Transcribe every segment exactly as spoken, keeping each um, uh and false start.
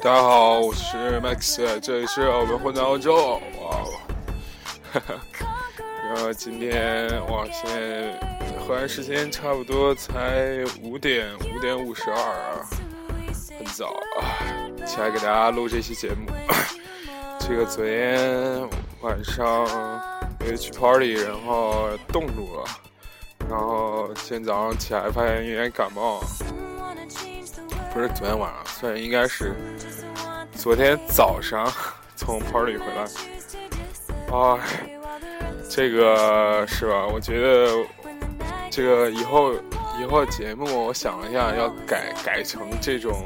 大家好，我是 Max， 这里是我们混在欧洲。哇，哈哈。然后今天哇，现在荷兰时间差不多才五点五点五十二啊，很早啊，起来给大家录这期节目。这个昨天晚上因为去 party， 然后冻住了，然后今天早上起来发现有点感冒。不是昨天晚上，虽然应该是昨天早上从 party 回来。啊，这个是吧？我觉得这个以后以后节目，我想了一下，要改改成这种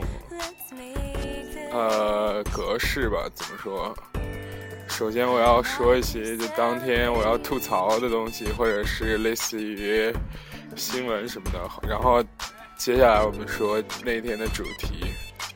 呃格式吧？怎么说？首先我要说一些就当天我要吐槽的东西，或者是类似于新闻什么的，然后接下来我们说那天的主题。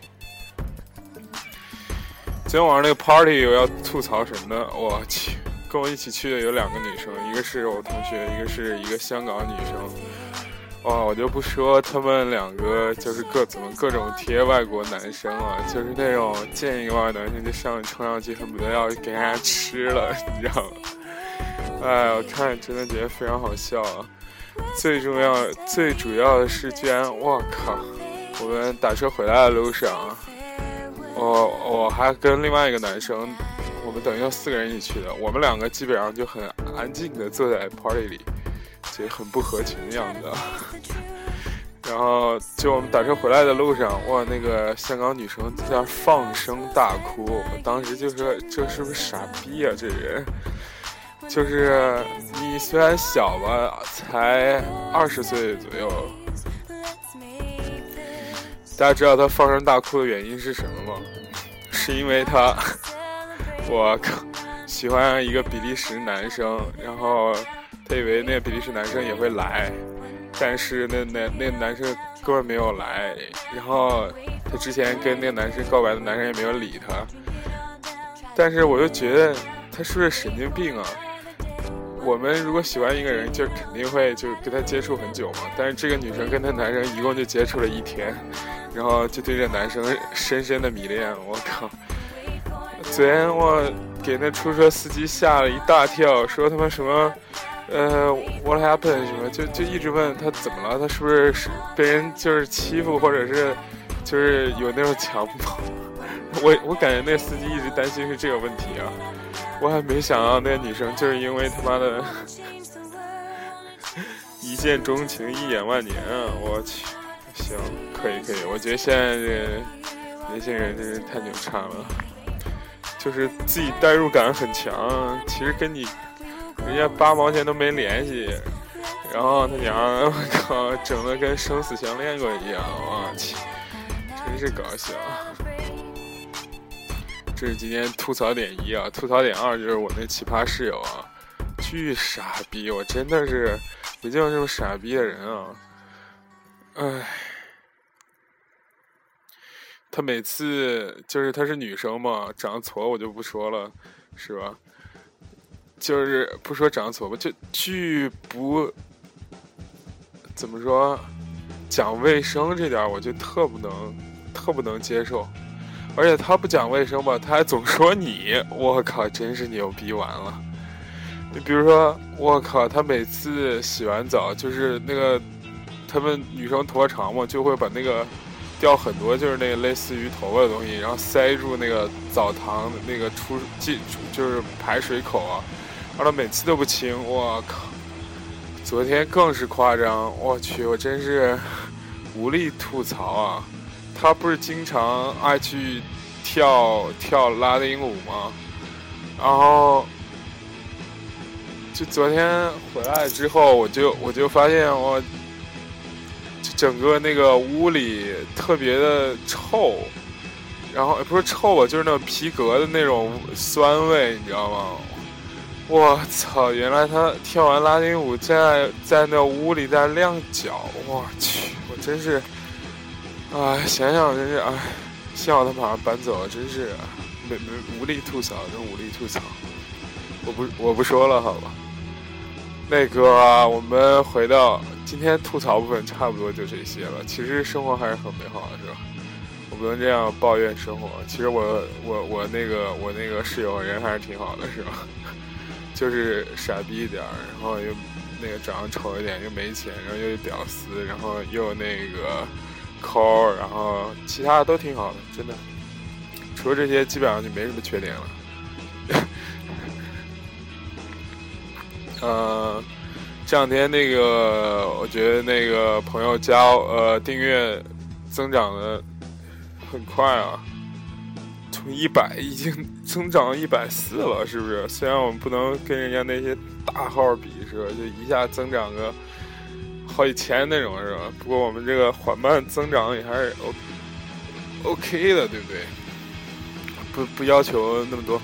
今天晚上那个 party 我要吐槽什么呢？我去，跟我一起去的有两个女生，一个是我同学，一个是一个香港女生。哇，我就不说他们两个就是各怎么各种贴外国男生啊，就是那种见一个外国男生就上冲上去，恨不得要给人家吃了，你知道吗？哎，我看真的觉得非常好笑啊。最重要最主要的是居然我靠，我们打车回来的路上，我我还跟另外一个男生，我们等于有四个人一起去的，我们两个基本上就很安静的坐在 party 里，就很不合群的样子。然后就我们打车回来的路上，哇，那个香港女生在那放声大哭，我当时就说这是不是傻逼啊这人。就是你虽然小吧，才二十岁左右，大家知道他放声大哭的原因是什么吗？是因为他，我靠，喜欢一个比利时男生，然后他以为那个比利时男生也会来，但是那那那个男生根本没有来，然后他之前跟那个男生告白的男生也没有理他，但是我就觉得他是不是神经病啊？我们如果喜欢一个人，就肯定会就跟他接触很久嘛。但是这个女生跟他男生一共就接触了一天，然后就对这男生深深的迷恋。我靠！昨天我给那出租车司机吓了一大跳，说他们什么呃 what happened 什么，就就一直问他怎么了，他是不是被人就是欺负，或者是就是有那种强迫。我我感觉那司机一直担心是这个问题啊。我还没想到那个女生就是因为他妈的一见钟情一眼万年啊！我去，行，可以可以，我觉得现在这年轻人真是太牛叉了，就是自己代入感很强，其实跟你人家八毛钱都没联系，然后他娘我靠整得跟生死相恋过一样，我去，真是搞笑。这是今天吐槽点一啊，吐槽点二就是我那奇葩室友啊，巨傻逼，我真的是不见过这种傻逼的人啊！唉，她每次就是她是女生嘛，长得矬我就不说了，是吧？就是不说长得矬吧，就巨不怎么说讲卫生这点，我就特不能特不能接受。而且他不讲卫生吧，他还总说你，我靠，真是牛逼完了。你比如说，我靠，他每次洗完澡，就是那个他们女生头发长嘛，就会把那个掉很多，就是那个类似于头发的东西，然后塞住那个澡堂的那个出进就是排水口啊，然后每次都不清，我靠。昨天更是夸张，我去，我真是无力吐槽啊。他不是经常爱去跳跳拉丁舞吗？然后就昨天回来之后，我就我就发现我就整个那个屋里特别的臭，然后不是臭吧，就是那种皮革的那种酸味，你知道吗？我操！原来他跳完拉丁舞在在那屋里在晾脚，我去！我真是。哎，想想真是哎，幸好他马上搬走了，真是没没无力吐槽，真无力吐槽。我不我不说了，好吧。那个、啊，我们回到今天吐槽部分，差不多就这些了。其实生活还是很美好的，是吧？ 我不能这样抱怨生活。其实我我我那个我那个室友人还是挺好的，是吧？就是傻逼一点，然后又那个长得丑一点，又没钱，然后又屌丝，然后又那个抠，然后其他的都挺好的，真的。除了这些，基本上就没什么缺点了。呃，这两天那个，我觉得那个朋友加呃订阅增长的很快啊，从一百已经增长一百四了，是不是？虽然我们不能跟人家那些大号比，是吧？就一下增长个好几千那种，是吧？不过我们这个缓慢增长也还是 O OK 的，对不对？不不要求那么多。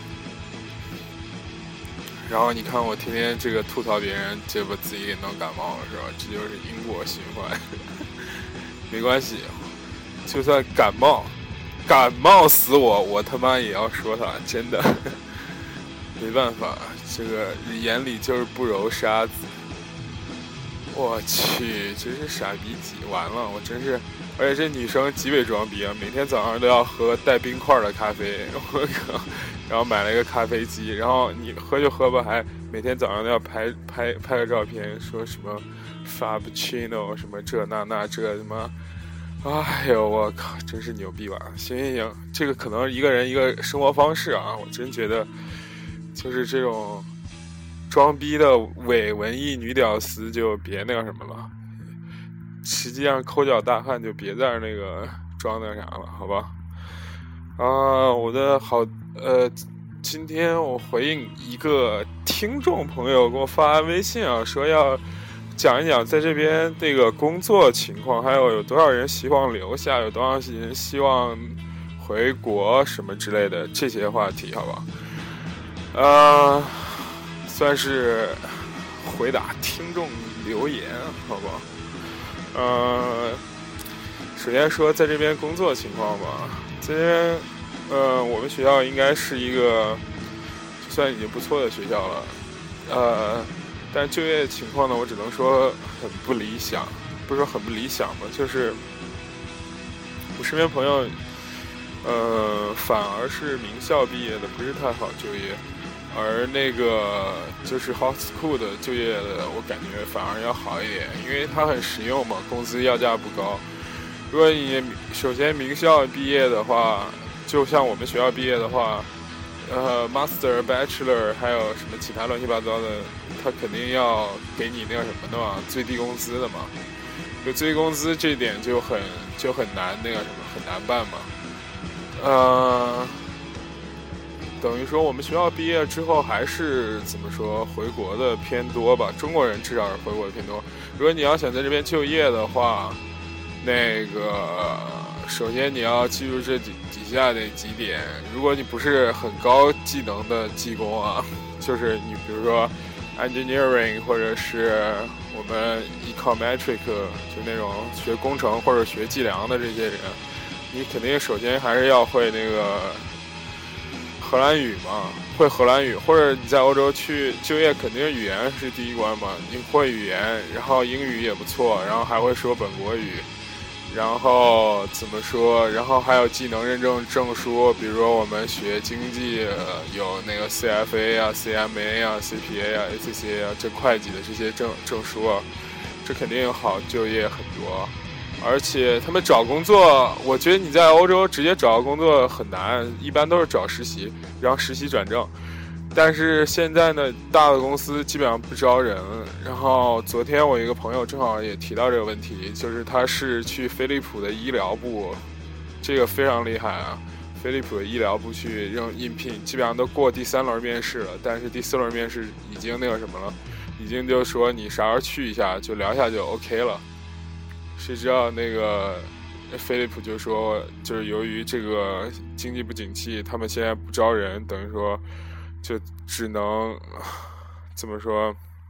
然后你看我天天这个吐槽别人，结果自己给弄感冒了，是吧？这就是因果循环。没关系，就算感冒，感冒死我，我他妈也要说他，真的。没办法，这个眼里就是不揉沙子。我去，真是傻逼极完了，我真是。而且这女生极为装逼啊，每天早上都要喝带冰块的咖啡，我靠！然后买了一个咖啡机，然后你喝就喝吧，还每天早上都要拍拍拍个照片，说什么 Frappuccino 什么这那那这什么，哎呦我靠，真是牛逼吧！行行行，这个可能一个人一个生活方式啊，我真觉得就是这种装逼的伪文艺女屌丝就别那个什么了。实际上抠脚大汉就别在那个装那啥了，好吧？啊，我的好，呃，今天我回应一个听众朋友给我发微信啊，说要讲一讲在这边这个工作情况，还有有多少人希望留下，有多少人希望回国什么之类的这些话题，好吧？呃，算是回答听众留言，好不好？呃，首先说在这边工作情况吧，这边，呃，我们学校应该是一个算已经不错的学校了，呃，但就业情况呢，我只能说很不理想，不是说很不理想吧，就是我身边朋友，呃，反而是名校毕业的不是太好就业。而那个就是 hot school 的就业的，我感觉反而要好一点，因为它很实用嘛，工资要价不高。如果你首先名校毕业的话，就像我们学校毕业的话，呃 ，master、bachelor 还有什么其他乱七八糟的，他肯定要给你那个什么的嘛，最低工资的嘛。有最低工资这点就很就很难那个什么，很难办嘛。呃。等于说我们学校毕业之后还是怎么说回国的偏多吧，中国人至少是回国的偏多。如果你要想在这边就业的话，那个首先你要记住这底底下的几点。如果你不是很高技能的技工啊，就是你比如说 engineering 或者是我们 econometric 就那种学工程或者学计量的这些人，你肯定首先还是要会那个荷兰语嘛，会荷兰语，或者你在欧洲去就业，肯定语言是第一关嘛。你会语言，然后英语也不错，然后还会说本国语，然后怎么说？然后还有技能认证证书，比如说我们学经济有那个 C F A 啊、C M A 啊、C P A 啊、A C C A 啊，这会计的这些证证书啊，这肯定好就业很多。而且他们找工作，我觉得你在欧洲直接找到工作很难，一般都是找实习，然后实习转正。但是现在呢，大的公司基本上不招人。然后昨天我一个朋友正好也提到这个问题，就是他是去飞利浦的医疗部，这个非常厉害啊！飞利浦的医疗部去扔应聘，基本上都过第三轮面试了，但是第四轮面试已经那个什么了，已经就说你啥时候去一下，就聊一下就 OK 了。谁知道那个飞利浦就说，就是由于这个经济不景气，他们现在不招人，等于说就只能怎么说？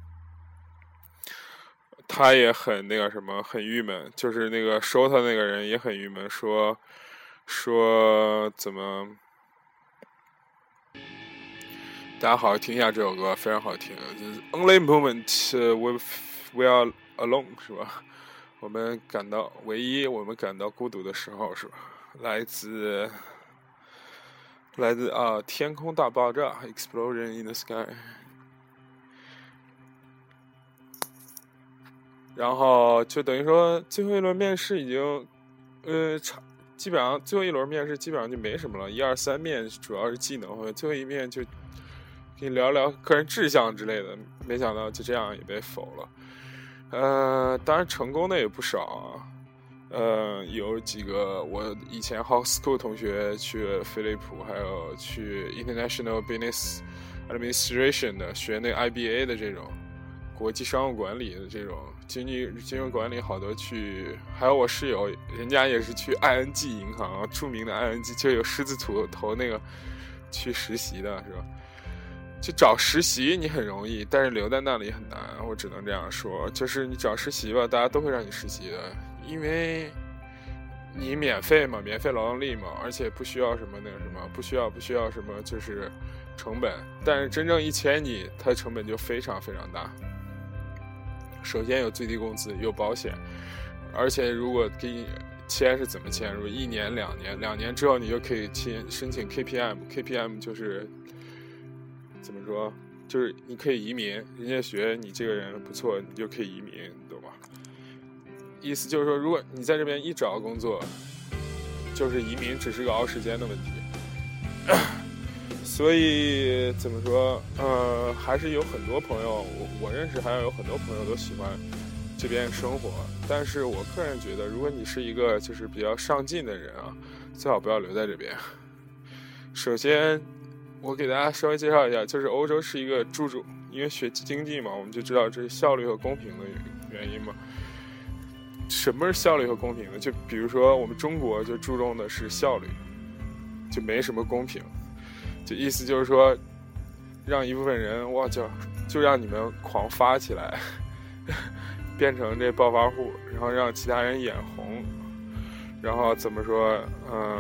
他也很那个什么，很郁闷，就是那个收他那个人也很郁闷，说说怎么？大家好好听一下这首歌，非常好听，就是 Only Moment We We Are Alone 是吧？我们感到唯一我们感到孤独的时候是吧？ 来自来自啊天空大爆炸 Explosion in the Sky。然后就等于说最后一轮面试已经呃差基本上最后一轮面试基本上就没什么了，一二三面主要是技能，最后一面就跟你聊聊个人志向之类的，没想到就这样也被否了。呃，当然成功的也不少啊。呃，有几个我以前 High School 同学去飞利浦，还有去 International Business Administration 的学那 I B A 的这种国际商务管理的这种经济金融管理，好多去，还有我室友，人家也是去 I N G 银行，著名的 I N G 就有狮子头头那个去实习的是吧？就找实习你很容易，但是留在那里很难，我只能这样说。就是你找实习吧，大家都会让你实习的，因为你免费嘛，免费劳动力嘛，而且不需要什么那个什么，不需要不需要什么就是成本，但是真正一签你，它的成本就非常非常大。首先有最低工资，有保险，而且如果给你签是怎么签？如果一年、两年，两年之后你就可以签申请 K P M，K P M 就是怎么说？就是你可以移民，人家学你这个人不错，你就可以移民，你懂吗？意思就是说，如果你在这边一找工作，就是移民只是个熬时间的问题。所以怎么说？呃，还是有很多朋友，我我认识，还有很多朋友都喜欢这边生活。但是我个人觉得，如果你是一个就是比较上进的人啊，最好不要留在这边。首先，我给大家稍微介绍一下，就是欧洲是一个注重，因为学经济嘛，我们就知道这是效率和公平的原因嘛。什么是效率和公平呢？就比如说我们中国就注重的是效率，就没什么公平。就意思就是说，让一部分人哇就就让你们狂发起来，变成这暴发户，然后让其他人眼红，然后怎么说？嗯，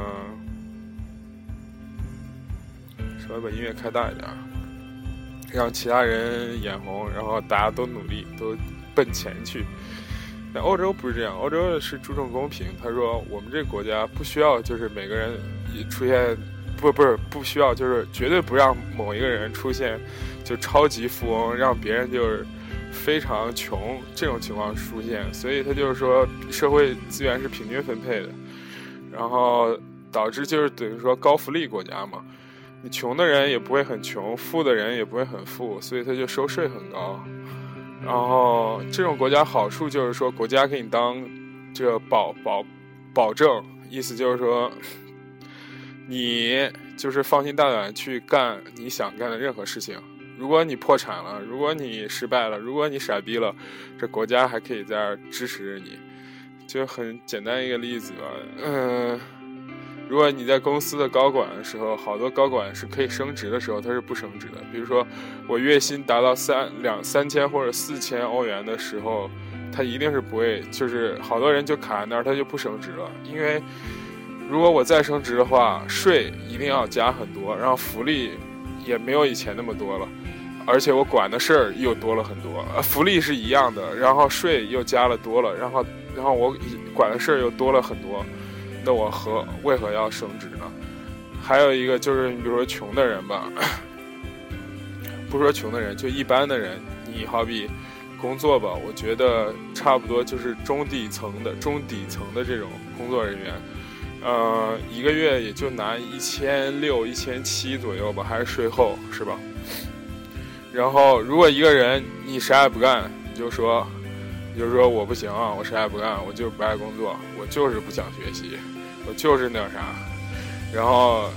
稍微把音乐开大一点，让其他人眼红，然后大家都努力，都奔钱去。但欧洲不是这样，欧洲是注重公平。他说我们这个国家不需要就是每个人出现。不不是不需要，就是绝对不让某一个人出现就超级富翁，让别人就是非常穷这种情况出现。所以他就是说社会资源是平均分配的，然后导致就是等于说高福利国家嘛，你穷的人也不会很穷，富的人也不会很富，所以他就收税很高。然后这种国家好处就是说国家给你当这个保保保证，意思就是说你就是放心大胆去干你想干的任何事情。如果你破产了，如果你失败了，如果你傻逼了，这国家还可以在这儿支持着你。就很简单一个例子吧，嗯，如果你在公司的高管的时候，好多高管是可以升职的时候，他是不升职的。比如说我月薪达到三两三千或者四千欧元的时候，他一定是不会，就是好多人就卡在那儿，他就不升职了，因为如果我再升职的话，税一定要加很多，然后福利也没有以前那么多了，而且我管的事儿又多了很多。呃，福利是一样的，然后税又加了多了，然后然后我管的事儿又多了很多，那我何为何要升职呢？还有一个就是你比如说穷的人吧，不说穷的人，就一般的人，你好比工作吧，我觉得差不多就是中底层的中底层的这种工作人员。呃，一个月也就拿一千六、一千七左右吧，还是税后，是吧？然后，如果一个人你啥也不干，你就说，你就说我不行啊，我啥也不干，我就是不爱工作，我就是不想学习，我就是那啥。然后，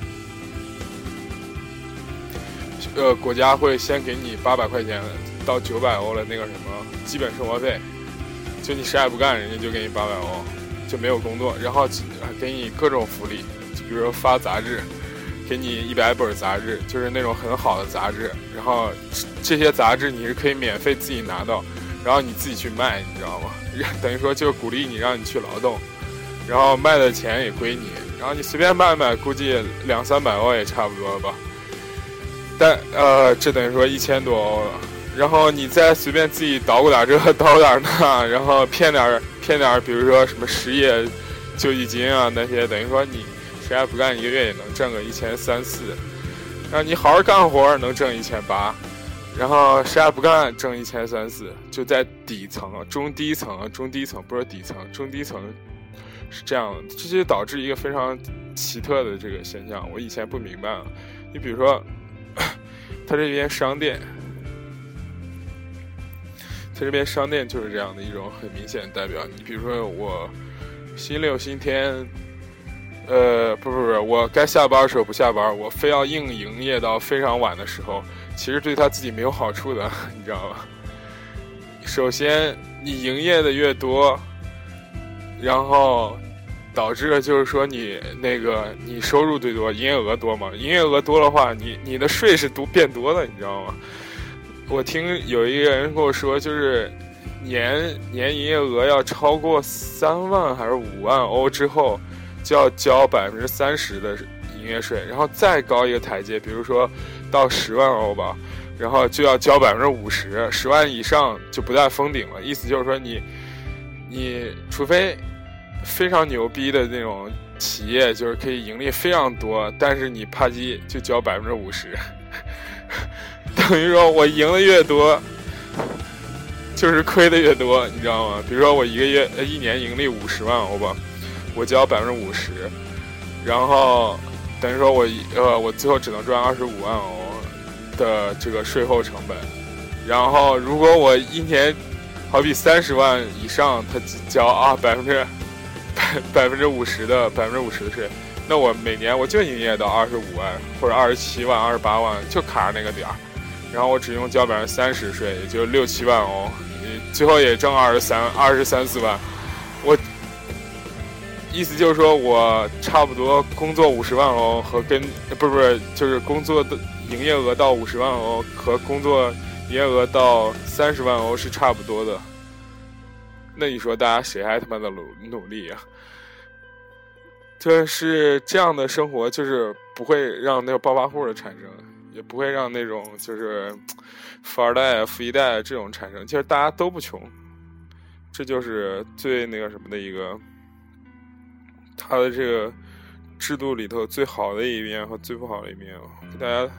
呃，国家会先给你八百块钱到九百欧的那个什么基本生活费，就你啥也不干，人家就给你八百欧。就没有工作，然后给你各种福利，就比如说发杂志，给你一百本杂志，就是那种很好的杂志，然后这些杂志你是可以免费自己拿到，然后你自己去卖，你知道吗？等于说就鼓励你让你去劳动，然后卖的钱也归你，然后你随便卖卖，估计两三百欧也差不多了吧。但呃，这等于说一千多欧了。然后你再随便自己捣鼓点这捣鼓点那，然后骗点骗点比如说什么实业救济金啊那些，等于说你谁也不干一个月也能挣个一千三四，然后你好好干活能挣一千八，然后谁也不干挣一千三四，就在底层啊、中低层啊、中低层不是底层，中低层是这样的，这就导致一个非常奇特的这个现象，我以前不明白啊。你比如说，他这边商店。在这边商店就是这样的一种很明显的代表。你比如说我星期六星期天呃不不不我该下班的时候不下班，我非要硬营业到非常晚的时候，其实对他自己没有好处的，你知道吧？首先你营业的越多，然后导致了就是说你那个你收入最多，营业额多嘛，营业额多的话你你的税是多变多的，你知道吗？我听有一个人跟我说，就是年年营业额要超过三万还是五万欧之后，就要交百分之三十的营业税，然后再高一个台阶，比如说到十万欧吧，然后就要交百分之五十，十万以上就不带封顶了。意思就是说你，你除非非常牛逼的那种企业，就是可以盈利非常多，但是你啪叽就交百分之五十。等于说我赢的越多就是亏的越多，你知道吗？比如说我一个月一年盈利五十万欧吧，我交百分之五十，然后等于说我呃我最后只能赚二十五万欧的这个税后成本。然后如果我一年好比三十万以上，他交啊百分之百百分之五十的百分之五十的税，那我每年我就营业到二十五万或者二十七万二十八万，就卡着那个点儿，然后我只用交百分之三十税，也就六七万欧，最后也挣二十三二十三四万。我意思就是说我差不多工作五十万欧和跟不是不是就是工作的营业额到五十万欧和工作营业额到三十万欧是差不多的。那你说大家谁还他妈的努努力啊？就是这样的生活，就是不会让那个暴发户的产生，也不会让那种就是富二代、富一代这种产生。其实大家都不穷，这就是最那个什么的一个，他的这个制度里头最好的一面和最不好的一面。给大家，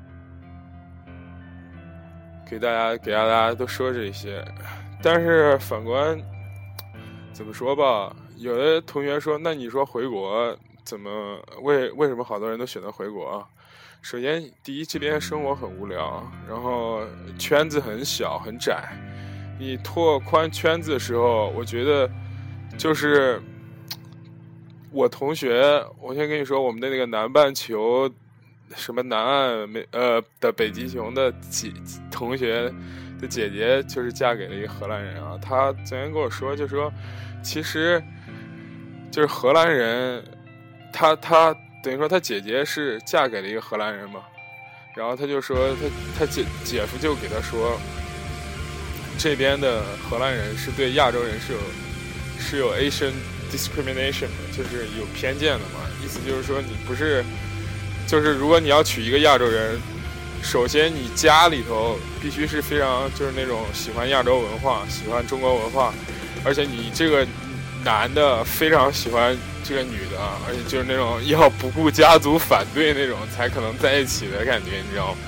给大家，给大家都说这些。但是反观，怎么说吧？有的同学说，那你说回国怎么为为什么好多人都选择回国啊？首先，第一，这边生活很无聊，然后圈子很小很窄。你拓宽圈子的时候，我觉得就是我同学，我先跟你说，我们的那个南半球什么南岸美呃的北极熊的姐同学的姐姐，就是嫁给了一个荷兰人啊。她昨天跟我说，就说其实。就是荷兰人，他他等于说他姐姐是嫁给了一个荷兰人嘛，然后他就说他他姐姐夫就给他说，这边的荷兰人是对亚洲人是有是有 Asian discrimination 的，就是有偏见的嘛。意思就是说你不是，就是如果你要娶一个亚洲人，首先你家里头必须是非常就是那种喜欢亚洲文化、喜欢中国文化，而且你这个。男的非常喜欢这个女的，而且就是那种要不顾家族反对那种才可能在一起的感觉，你知道吗？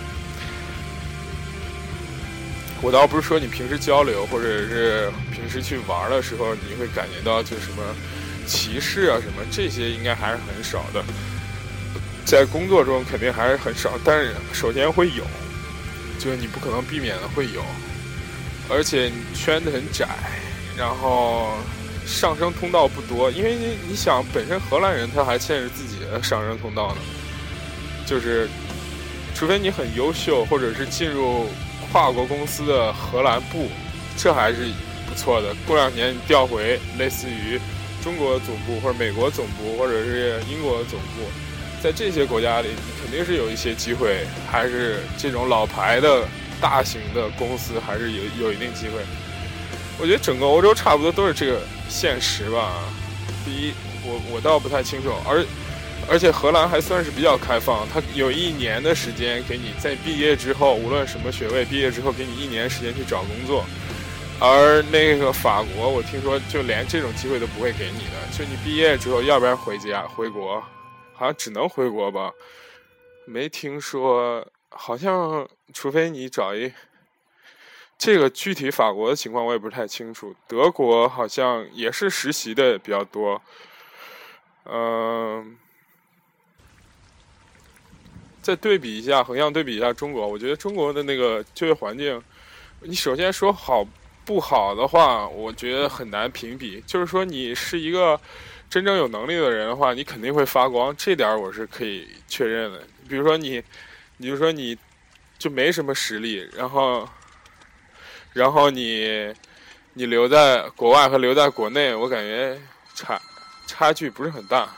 我倒不是说你平时交流或者是平时去玩的时候你会感觉到就是什么歧视啊什么，这些应该还是很少的，在工作中肯定还是很少，但是首先会有，就是你不可能避免的会有，而且你圈子很窄，然后上升通道不多，因为你你想，本身荷兰人他还限制自己的上升通道呢，就是除非你很优秀，或者是进入跨国公司的荷兰部，这还是不错的。过两年你调回类似于中国总部或者美国总部或者是英国总部，在这些国家里，你肯定是有一些机会，还是这种老牌的大型的公司还是有有一定机会。我觉得整个欧洲差不多都是这个现实吧。第一，我我倒不太清楚，而而且荷兰还算是比较开放，它有一年的时间给你在毕业之后，无论什么学位，毕业之后给你一年时间去找工作。 而那个法国，我听说就连这种机会都不会给你的，就你毕业之后，要不然回家回国，好像只能回国吧，没听说，好像除非你找一，这个具体法国的情况我也不是太清楚，德国好像也是实习的比较多，嗯、呃。再对比一下，横向对比一下中国，我觉得中国的那个就业环境，你首先说好不好的话，我觉得很难评比。就是说，你是一个真正有能力的人的话，你肯定会发光，这点我是可以确认的。比如说你，你就说你就没什么实力，然后，然后你你留在国外和留在国内，我感觉差差距不是很大。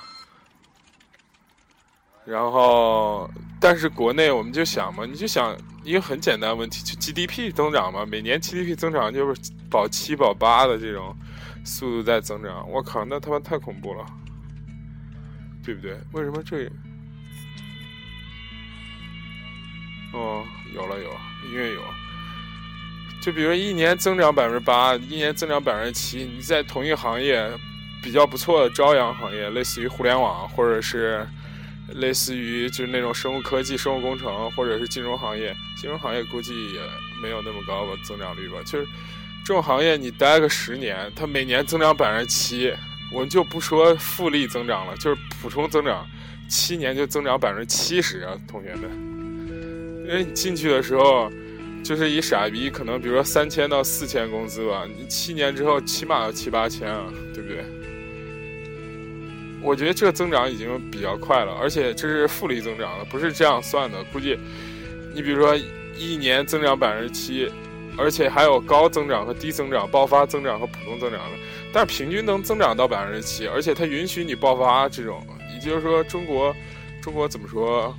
然后，但是国内我们就想嘛，你就想一个很简单的问题，就 G D P 增长嘛，每年 G D P 增长就是保七保八的这种速度在增长，我靠，那他妈太恐怖了，对不对？为什么这？哦，有了有了，音乐有。就比如一年增长百分之八，一年增长百分之七，你在同一个行业比较不错的朝阳行业，类似于互联网或者是。类似于就是那种生物科技、生物工程，或者是金融行业，金融行业估计也没有那么高吧增长率吧。就是这种行业，你待个十年，它每年增长百分之七，我们就不说复利增长了，就是普通增长，七年就增长百分之七十啊，同学们。因为你进去的时候，就是一傻逼，可能比如说三千到四千工资吧，你七年之后起码要七八千啊，对不对？我觉得这个增长已经比较快了，而且这是复利增长了，不是这样算的。估计你比如说一年增长百分之七，而且还有高增长和低增长、爆发增长和普通增长的，但是平均能增长到百分之七，而且它允许你爆发这种。也就是说，中国中国怎么说？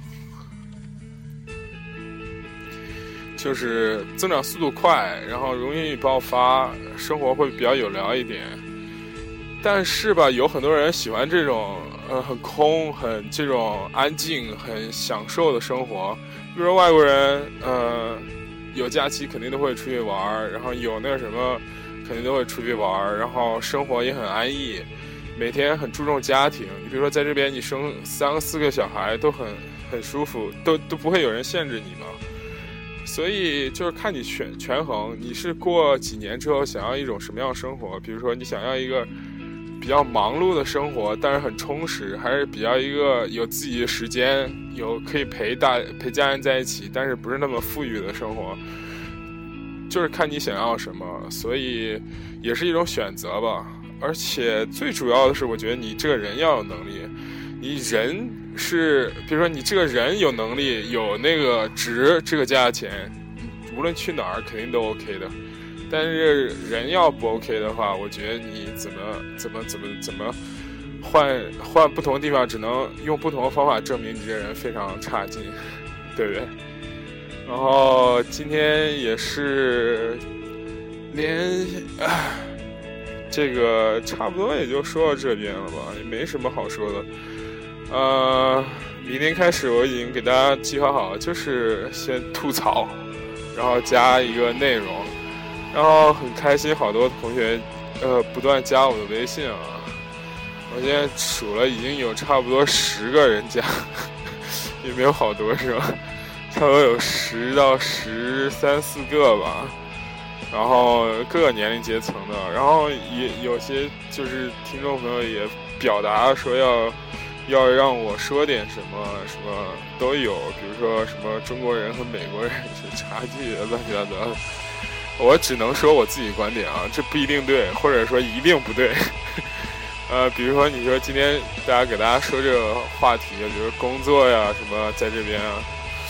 就是增长速度快，然后容易爆发，生活会比较有聊一点。但是吧，有很多人喜欢这种呃很空、很这种安静、很享受的生活。比如说外国人，呃，有假期肯定都会出去玩，然后有那个什么，肯定都会出去玩，然后生活也很安逸，每天很注重家庭。你比如说在这边，你生三个四个小孩都很很舒服，都都不会有人限制你嘛。所以就是看你权权衡，你是过几年之后想要一种什么样的生活？比如说你想要一个比较忙碌的生活，但是很充实，还是比较一个有自己的时间，有可以陪大陪家人在一起，但是不是那么富裕的生活，就是看你想要什么，所以也是一种选择吧。而且最主要的是，我觉得你这个人要有能力，你人是，比如说你这个人有能力，有那个值这个价钱，无论去哪儿肯定都 OK 的。但是人要不 OK 的话，我觉得你怎么怎么怎么怎么换换不同的地方，只能用不同的方法证明你这个人非常差劲，对不对？然后今天也是连这个差不多也就说到这边了吧，也没什么好说的。呃，明天开始我已经给大家计划好了，就是先吐槽，然后加一个内容。然后很开心，好多同学，呃，不断加我的微信啊。我现在数了，已经有差不多十个人加，也没有好多是吧？差不多有十到十三四个吧。然后各个年龄阶层的，然后也有些就是听众朋友也表达说要要让我说点什么什么都有，比如说什么中国人和美国人是差距乱七八糟的。我只能说我自己观点啊，这不一定对，或者说一定不对。呃，比如说你说今天大家给大家说这个话题，比如工作呀什么，在这边啊，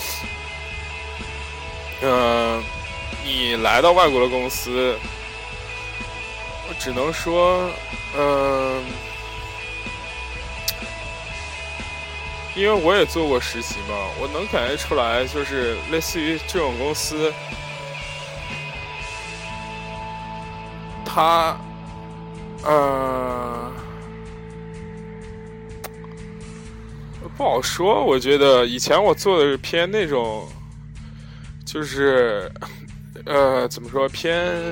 嗯、呃，你来到外国的公司，我只能说，嗯、呃，因为我也做过实习嘛，我能感觉出来，就是类似于这种公司。他，呃，不好说。我觉得以前我做的是偏那种，就是，呃，怎么说偏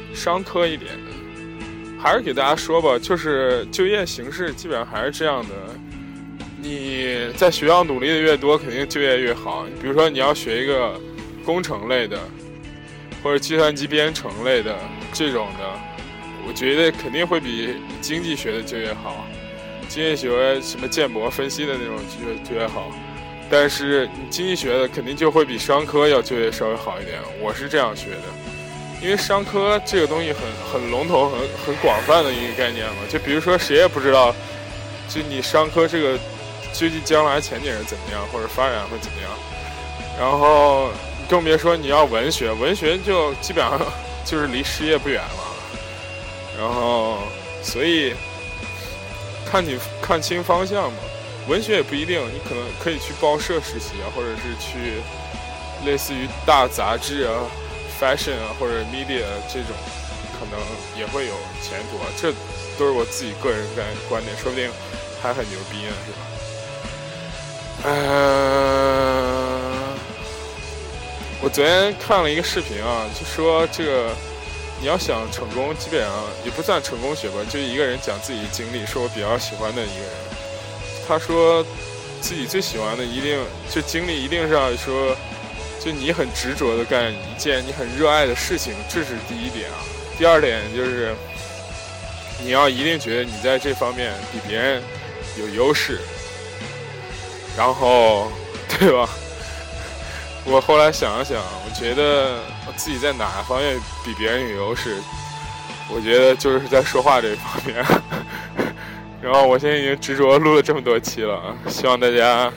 商科一点的。还是给大家说吧，就是就业形势基本上还是这样的。你在学校努力的越多，肯定就业越好。比如说你要学一个工程类的，或者计算机编程类的这种的，我觉得肯定会比经济学的就业好。经济学什么建模分析的那种就业就业好，但是你经济学的肯定就会比商科要就业稍微好一点。我是这样学的。因为商科这个东西很很笼统、很很广泛的一个概念嘛，就比如说谁也不知道，就你商科这个究竟将来前景是怎么样，或者发展会怎么样。然后更别说你要文学，文学就基本上就是离失业不远了。然后所以看你看清方向嘛，文学也不一定，你可能可以去报社实习啊，或者是去类似于大杂志啊。fashion 啊，或者 media 这种，可能也会有前途啊。这都是我自己个人感观点，说不定还很牛逼呢，是吧？呃，我昨天看了一个视频啊，就说这个你要想成功，基本上也不算成功学吧，就一个人讲自己的经历，是我比较喜欢的一个人。他说自己最喜欢的一定就经历一定是要说。就你很执着的干一件你很热爱的事情，这是第一点啊。第二点就是你要一定觉得你在这方面比别人有优势，然后对吧？我后来想了想，我觉得我自己在哪方面比别人有优势，我觉得就是在说话这方面。然后我现在已经执着录了这么多期了，希望大家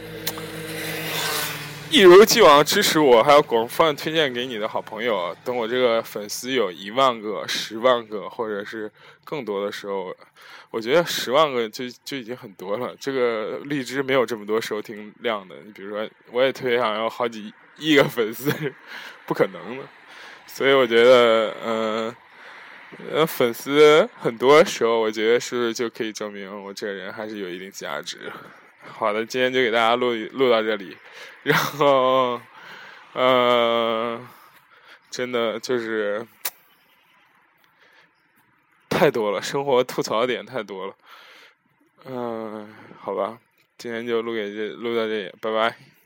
一如既往支持我，还有广泛推荐给你的好朋友。等我这个粉丝有一万个、十万个，或者是更多的时候，我觉得十万个就就已经很多了。这个荔枝没有这么多收听量的。你比如说，我也特别想要好几亿个粉丝，不可能的。所以我觉得，嗯、呃，粉丝很多时候，我觉得是不是就可以证明我这个人还是有一定价值。好的，今天就给大家录录到这里，然后，呃，真的就是太多了，生活吐槽点太多了，嗯、呃，好吧，今天就录给这录到这里，拜拜。